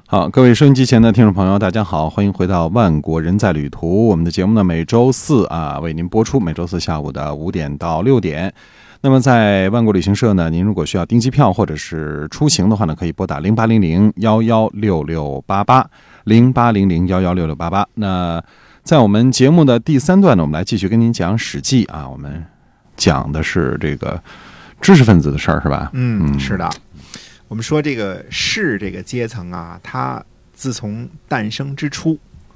好，各位收音机前的听众朋友，大家好，欢迎回到万国人在旅途。我们的节目呢，每周四为您播出，每周四下午的5点到6点。那么在万国旅行社呢，您如果需要订机票或者是出行的话呢，可以拨打0800116688 0800116688。那在我们节目的第3段呢，我们来继续跟您讲《史记》啊，我们讲的是这个知识分子的事儿，是吧？ 是的。我们说这个士这个阶层啊，它自从诞生之初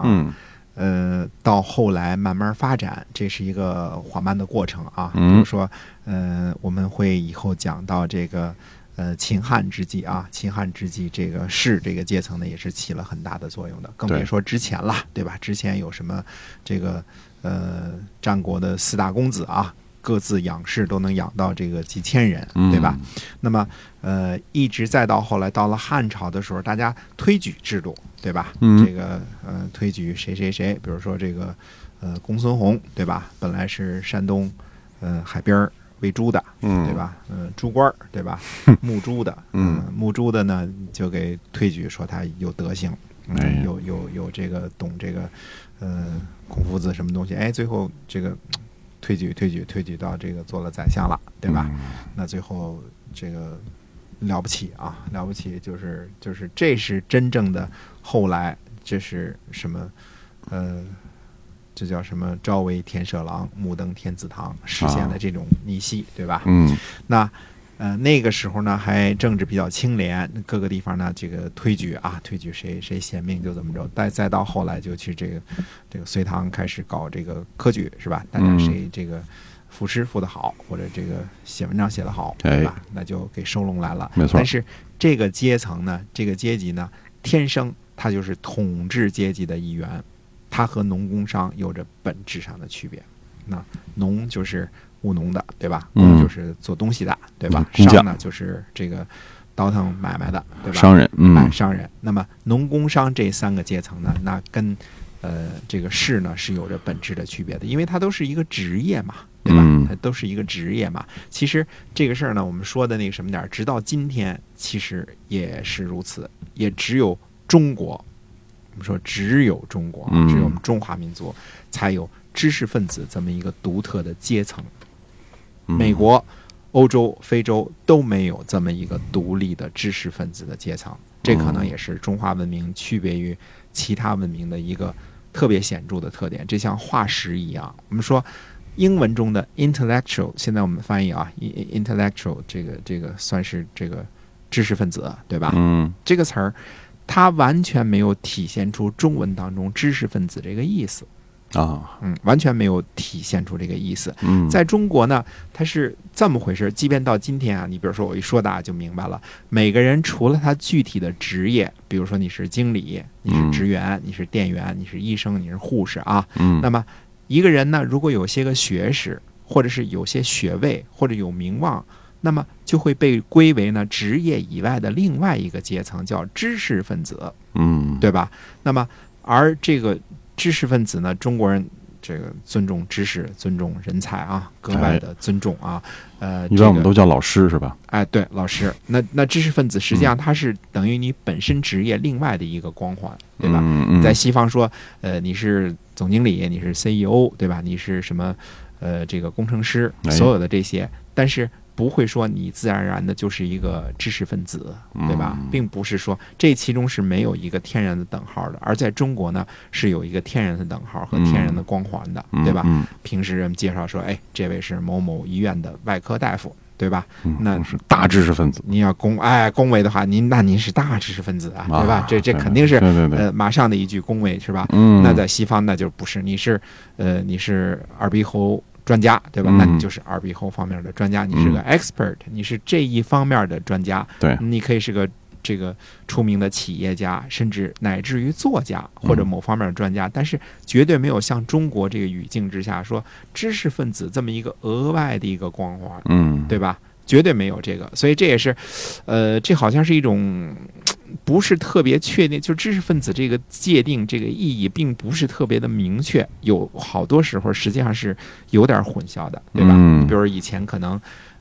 到后来慢慢发展，这是一个缓慢的过程啊。比如说，我们会以后讲到这个秦汉之际啊，秦汉之际这个士这个阶层呢，也是起了很大的作用的，更别说之前了，对吧？之前有什么这个战国的4大公子啊。各自养士都能养到这个几千人，对吧？那么一直再到后来到了汉朝的时候，大家推举制度，对吧？这个推举谁谁谁，比如说这个公孙弘，对吧？本来是山东海边喂猪的，对吧？猪倌，对吧？牧猪的，牧猪的呢就给推举说他有德行，有这个懂这个孔夫子什么东西，最后这个。推举到这个做了宰相了，对吧？那最后这个了不起啊，了不起，就是这是真正的后来这是什么？这叫什么？朝为田舍郎，暮登天子堂，实现了这种逆袭，对吧？那那个时候呢，还政治比较清廉，各个地方呢，这个推举谁贤明就怎么着。再到后来，就去这个隋唐开始搞这个科举，是吧？大家谁这个赋诗赋得好，或者这个写文章写得好，对吧？那就给收拢来了。 没错。 但是这个阶层呢，这个阶级呢，天生它就是统治阶级的一员，它和农工商有着本质上的区别。那农就是务农的，对吧？工就是做东西的，对吧？商呢就是这个倒腾买卖的，对吧？ 商人， 商人。那么农工商这3个阶层呢，那跟这个士呢是有着本质的区别的，因为它都是一个职业嘛，对吧？它都是一个职业嘛。其实这个事儿呢，我们说的那个什么点，直到今天其实也是如此，也只有中国，我们说只有中国，只有我们中华民族才有知识分子这么一个独特的阶层。美国、欧洲、非洲都没有这么一个独立的知识分子的阶层，这可能也是中华文明区别于其他文明的一个特别显著的特点。这像化石一样，我们说英文中的 intellectual， 现在我们翻译啊 ，intellectual 这个算是这个知识分子，对吧？这个词儿它完全没有体现出中文当中知识分子这个意思。完全没有体现出这个意思。在中国呢，它是这么回事。即便到今天啊，你比如说我一说，大家就明白了。每个人除了他具体的职业，比如说你是经理，你是职员，你是店员，你是医生，你是护士啊。那么一个人呢，如果有些个学识，或者是有些学位，或者有名望，那么就会被归为呢职业以外的另外一个阶层，叫知识分子。对吧？那么而这个知识分子呢，中国人这个尊重知识，尊重人才啊，格外的尊重啊。 一般我们都叫老师是吧？ 对，老师。那知识分子实际上它是等于你本身职业另外的一个光环，对吧？在西方说，你是总经理，你是 CEO， 对吧？你是什么这个工程师，所有的这些，但是不会说你自然而然的就是一个知识分子，对吧？并不是说这其中是没有一个天然的等号的，而在中国呢是有一个天然的等号和天然的光环的，对吧？平时人们介绍说，这位是某某医院的外科大夫，对吧？那是大知识分子。 你要恭维的话，您是大知识分子啊，对吧？这肯定是马上的一句恭维，是吧？那在西方那就不是，你是耳鼻喉专家，对吧？那你就是耳鼻喉方面的专家，你是个 expert，你是这一方面的专家。 对， 你可以是个这个出名的企业家，甚至乃至于作家或者某方面的专家，但是绝对没有像中国这个语境之下说知识分子这么一个额外的一个光环，对吧？绝对没有这个，所以这也是，这好像是一种不是特别确定，就知识分子这个界定这个意义并不是特别的明确，有好多时候实际上是有点混淆的，对吧？比如以前可能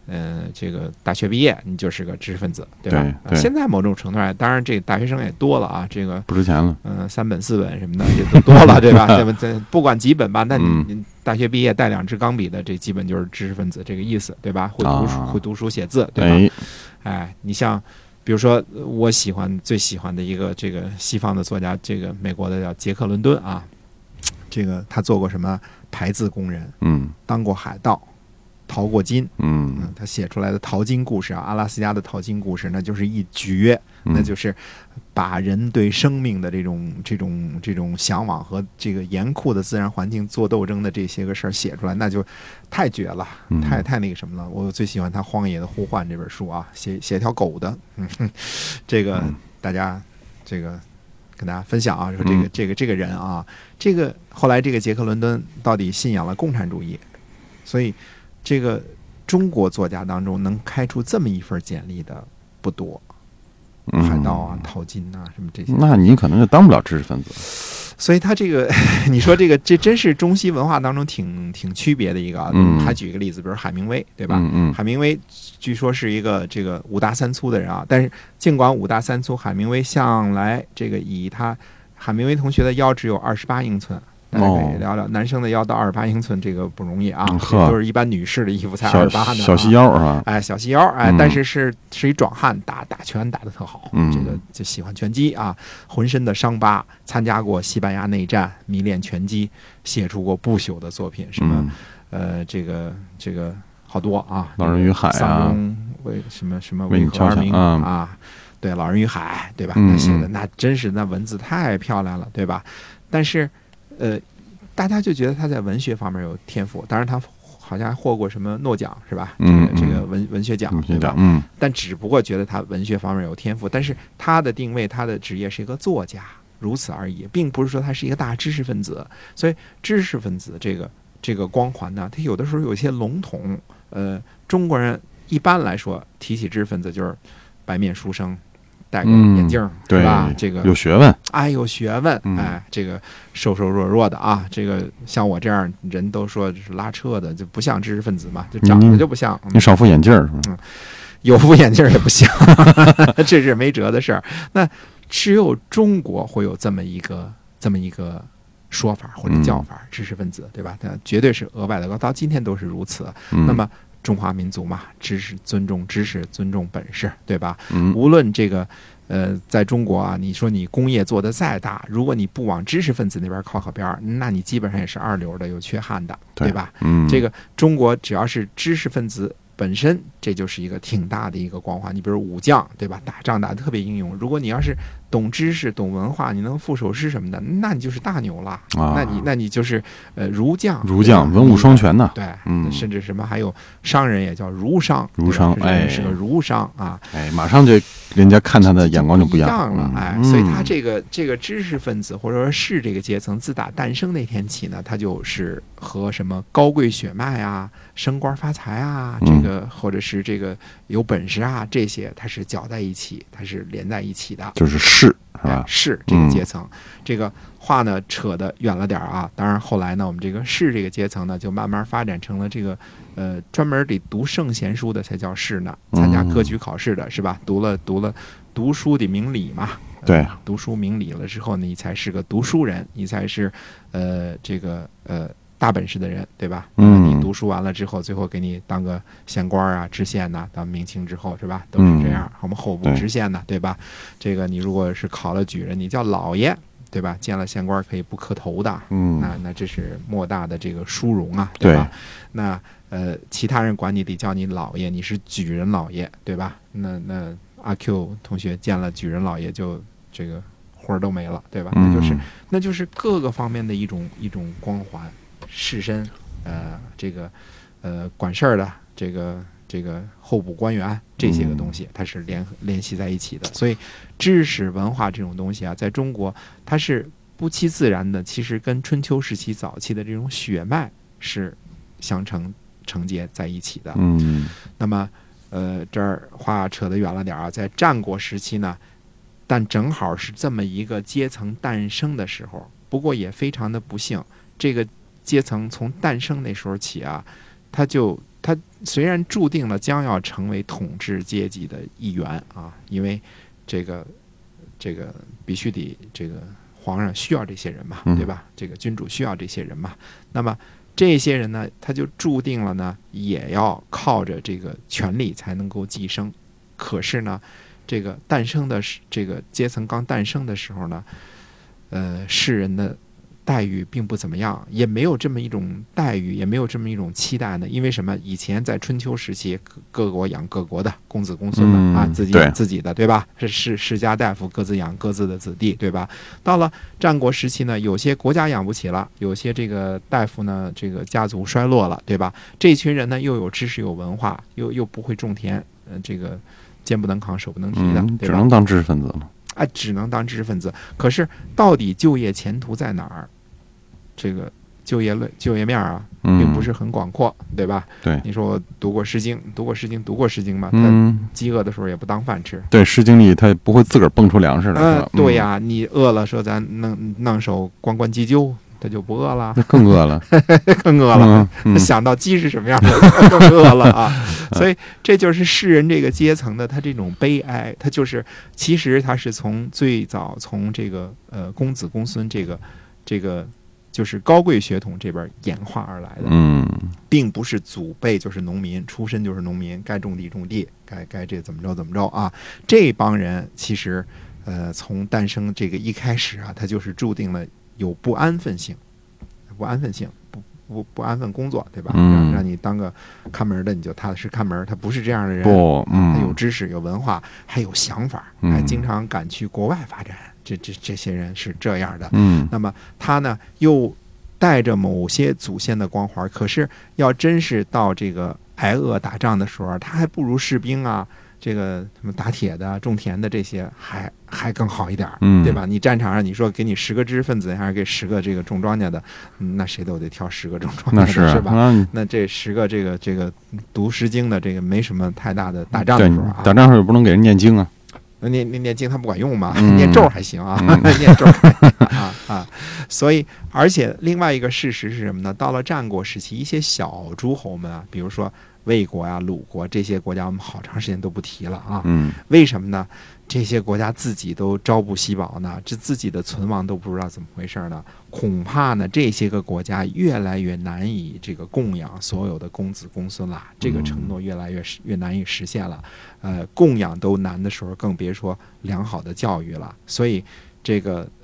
这个大学毕业你就是个知识分子，对吧？ 对现在某种程度上，当然这个大学生也多了啊，这个不值钱了。 3本4本什么的也都多了，对吧？不管几本吧，那你大学毕业带2支钢笔的，这基本就是知识分子这个意思，对吧？会读书写字，对吧？哎，你像比如说我最喜欢的一个这个西方的作家，这个美国的叫杰克伦敦啊，这个他做过什么排字工人，当过海盗，淘过金，他写出来的淘金故事啊，阿拉斯加的淘金故事，那就是一绝，那就是把人对生命的这种向往和这个严酷的自然环境做斗争的这些个事儿写出来，那就太绝了，太那个什么了。我最喜欢他《荒野的呼唤》这本书啊，写条狗的，这个大家这个跟大家分享啊，说这个人啊，这个后来这个杰克伦敦到底信仰了共产主义，所以这个中国作家当中能开出这么一份简历的不多，海盗啊、淘金啊什么这些， 那你可能就当不了知识分子。 所以他这个，你说这真是中西文化当中挺区别的一个啊。还举一个例子，比如海明威，对吧？海明威据说是一个这个5大3粗的人啊，但是尽管5大3粗，海明威向来这个海明威同学的腰只有28英寸。大家可以聊聊，男生的腰到28英寸，这个不容易啊，都是一般女士的衣服才28呢。 小细腰是吧？ 哎，小细腰，哎，但是是一壮汉，打拳打得特好，这个就喜欢拳击啊，浑身的伤疤，参加过西班牙内战，迷恋拳击，写出过不朽的作品，什么这个好多啊， 老人与海啊， 丧钟为什么为何而鸣啊？对，老人与海，对吧？那写的那真是那文字太漂亮了，对吧？但是大家就觉得他在文学方面有天赋，当然他好像还获过什么诺奖是吧？这个文学奖，对吧？但只不过觉得他文学方面有天赋，但是他的定位，他的职业是一个作家，如此而已，并不是说他是一个大知识分子。所以知识分子这个光环呢，他有的时候有些笼统。中国人一般来说提起知识分子就是白面书生。戴个眼镜，是吧？这个有学问， 哎，有学问，哎，这个瘦瘦弱弱的啊，这个像我这样人都说是拉车的，就不像知识分子嘛，就长得就不像。 你少副眼镜是吧？ 有副眼镜也不像，这是没辙的事儿。那只有中国会有这么一个说法或者叫法，知识分子，对吧？它绝对是额外的高，到今天都是如此。那么。中华民族嘛，尊重知识，尊重本事，对吧？无论这个在中国啊，你说你工业做得再大，如果你不往知识分子那边靠边，那你基本上也是2流的，有缺憾的，对吧？这个中国只要是知识分子本身，这就是一个挺大的一个光环。你比如武将，对吧？打仗打得特别英勇。如果你要是懂知识、懂文化，你能赋首诗什么的，那你就是大牛了。那你就是儒将， 文武双全呢。 对，甚至什么还有商人也叫儒商， 哎， 是个儒商啊。 哎，马上就人家看他的眼光就不一样了。哎，所以他这个知识分子或者说士这个阶层，自打诞生那天起呢，他就是和什么高贵血脉啊、升官发财啊，这个或者是这个有本事啊，这些它是搅在一起，它是连在一起的， 就是士是吧？ 士这个阶层，这个话呢扯得远了点啊。当然后来呢，我们这个士这个阶层呢，就慢慢发展成了这个专门得读圣贤书的才叫士呢，参加科举考试的是吧？读书得明理嘛。 对， 读书明理了之后呢，你才是个读书人，你才是大本事的人，对吧？你读书完了之后，最后给你当个县官啊、知县呐，到明清之后是吧？都是这样。我们后部知县呢，对吧？这个你如果是考了举人，你叫老爷，对吧？见了县官可以不磕头的，那这是莫大的这个殊荣啊，对吧？那其他人管你得叫你老爷，你是举人老爷，对吧？那阿 Q 同学见了举人老爷就这个活儿都没了，对吧？那就是各个方面的一种光环。士绅，管事儿的，这个候补官员，这些个东西，它是联系在一起的。所以，知识文化这种东西啊，在中国它是不期自然的，其实跟春秋时期早期的这种血脉是相承接在一起的。那么，这儿话扯得远了点啊，在战国时期呢，但正好是这么一个阶层诞生的时候，不过也非常的不幸，这个阶层从诞生那时候起啊，他就他虽然注定了将要成为统治阶级的一员啊，因为这个必须得这个皇上需要这些人嘛，对吧？这个君主需要这些人嘛。那么这些人呢，他就注定了呢，也要靠着这个权力才能够寄生。可是呢，这个诞生的这个阶层刚诞生的时候呢，世人的待遇并不怎么样，也没有这么一种待遇，也没有这么一种期待呢。因为什么？以前在春秋时期，各国养各国的，公子公孙的啊，自己养自己的，对吧？世家大夫各自养各自的子弟，对吧？到了战国时期呢，有些国家养不起了，有些这个大夫呢，这个家族衰落了，对吧？这群人呢，又有知识有文化，又不会种田，这个肩不能扛手不能提的，对吧？ 只能当知识分子了。 只能当知识分子。可是到底就业前途在哪儿？这个就业面啊，并不是很广阔，对吧？ 对， 你说我读过诗经嘛，他饥饿的时候也不当饭吃。 对，诗经里他不会自个儿蹦出粮食来。 对呀，你饿了说咱弄手关雎鸠，他就不饿了， 那更饿了， 更饿了。想到鸡是什么样的，更饿了啊！所以这就是士人这个阶层的他这种悲哀，他就是其实他是最早从这个公子公孙这个就是高贵血统这边演化而来的，并不是祖辈就是农民，出身就是农民，该种地种地，该这怎么着啊！这帮人其实从诞生这个一开始啊，他就是注定了有不安分性，不安分工作，对吧？让你当个看门的，你就踏实看门。他不是这样的人，他有知识、有文化，还有想法，还经常敢去国外发展。这些人是这样的。那么他呢，又带着某些祖先的光环，可是要真是到这个挨饿打仗的时候，他还不如士兵啊。这个什么打铁的、种田的这些还更好一点，对吧？你战场上你说给你10个知识分子，还是给10个这个种庄稼的，那谁都得挑10个种庄稼的，是吧？那这10个这个读诗经的这个没什么太大的打仗的时候啊， 打仗时候也不能给人念经啊， 念经它不管用嘛，念咒还行啊，念咒还行啊。所以，而且另外一个事实是什么呢？到了战国时期，一些小诸侯们啊，比如说魏国啊、鲁国这些国家，我们好长时间都不提了啊。为什么呢？这些国家自己都朝不夕保呢，这自己的存亡都不知道怎么回事呢。恐怕呢，这些个国家越来越难以这个供养所有的公子公孙了，这个承诺越来越难以实现了。供养都难的时候，更别说良好的教育了。所以，这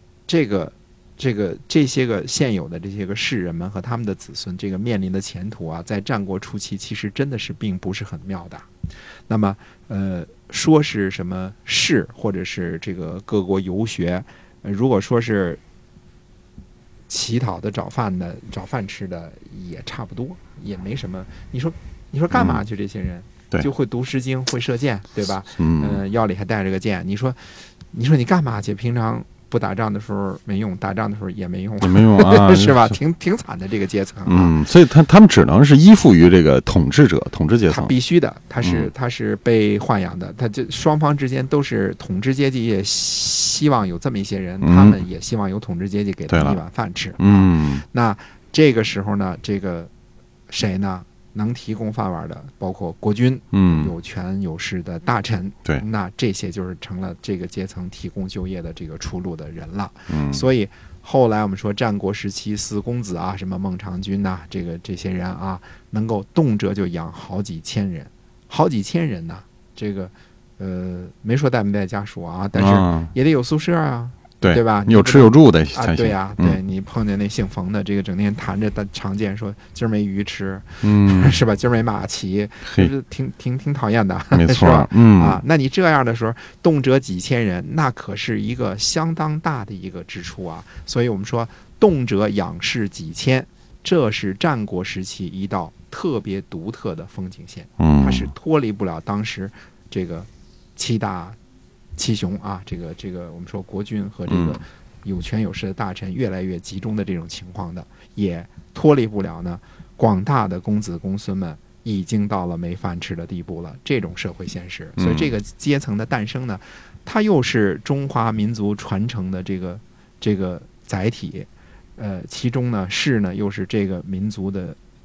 些个现有的这些个士人们和他们的子孙，这个面临的前途啊，在战国初期其实真的是并不是很妙的。那么，说是什么士，或者是这个各国游学，如果说是乞讨的、找饭吃的，也差不多，也没什么。你说干嘛去？这些人就会读诗经，会射箭，对吧？腰里还带着个箭。你说你干嘛去？平常不打仗的时候没用，打仗的时候也没用，啊，是吧？挺惨的这个阶层啊。 所以他们只能是依附于这个统治阶层， 他必须的，他是被豢养的，他这双方之间都是统治阶级，也希望有这么一些人，他们也希望有统治阶级给他们一碗饭吃。那这个时候呢，这个谁呢？能提供饭碗的，包括国君，有权有势的大臣， 对， 那这些就是成了这个阶层提供就业的这个出路的人了。所以后来我们说战国时期4公子啊，什么孟尝君呐，这些人啊，能够动辄就养好几千人呐。这个没说带没带家属啊，但是也得有宿舍啊。对吧？ 你有吃有住的才行。 对呀，对你碰见那姓冯的，这个整天弹着长剑说今儿没鱼吃，是吧？今儿没马骑，就是挺讨厌的， 没错， 那你这样的时候，动辄几千人，那可是一个相当大的一个支出啊。所以我们说，动辄养士几千，这是战国时期一道特别独特的风景线，它是脱离不了当时这个七雄啊，这个我们说国君和这个有权有势的大臣越来越集中的这种情况的，也脱离不了呢广大的公子公孙们已经到了没饭吃的地步了这种社会现实。所以这个阶层的诞生呢，它又是中华民族传承的这个载体，其中呢士呢又是这个民族的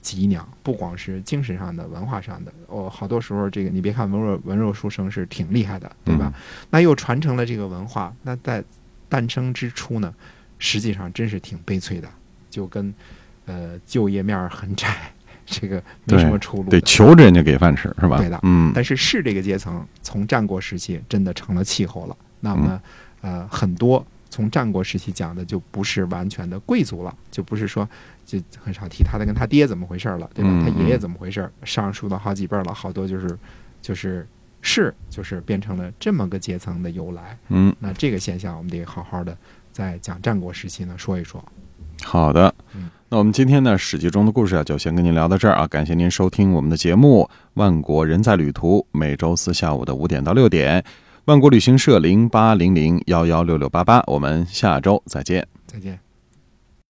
脊梁，不光是精神上的、文化上的。好多时候这个你别看文弱书生是挺厉害的，对吧？那又传承了这个文化，那在诞生之初呢，实际上真是挺悲催的，就跟就业面很窄，这个没什么出路的， 对，求着人家给饭吃是吧？ 对的，但是士这个阶层从战国时期真的成了气候了。那么很多从战国时期讲的就不是完全的贵族了，就不是说就很少提他的跟他爹怎么回事了，对吧？他爷爷怎么回事？上述到好几辈了，好多就是士，就是变成了这么个阶层的由来。那这个现象我们得好好的在讲战国时期呢说一说。 好的，那我们今天呢史记中的故事就先跟您聊到这儿啊，感谢您收听我们的节目《万国人在旅途》，每周四下午的5点到6点，万国旅行社0800116688，我们下周再见。 再见。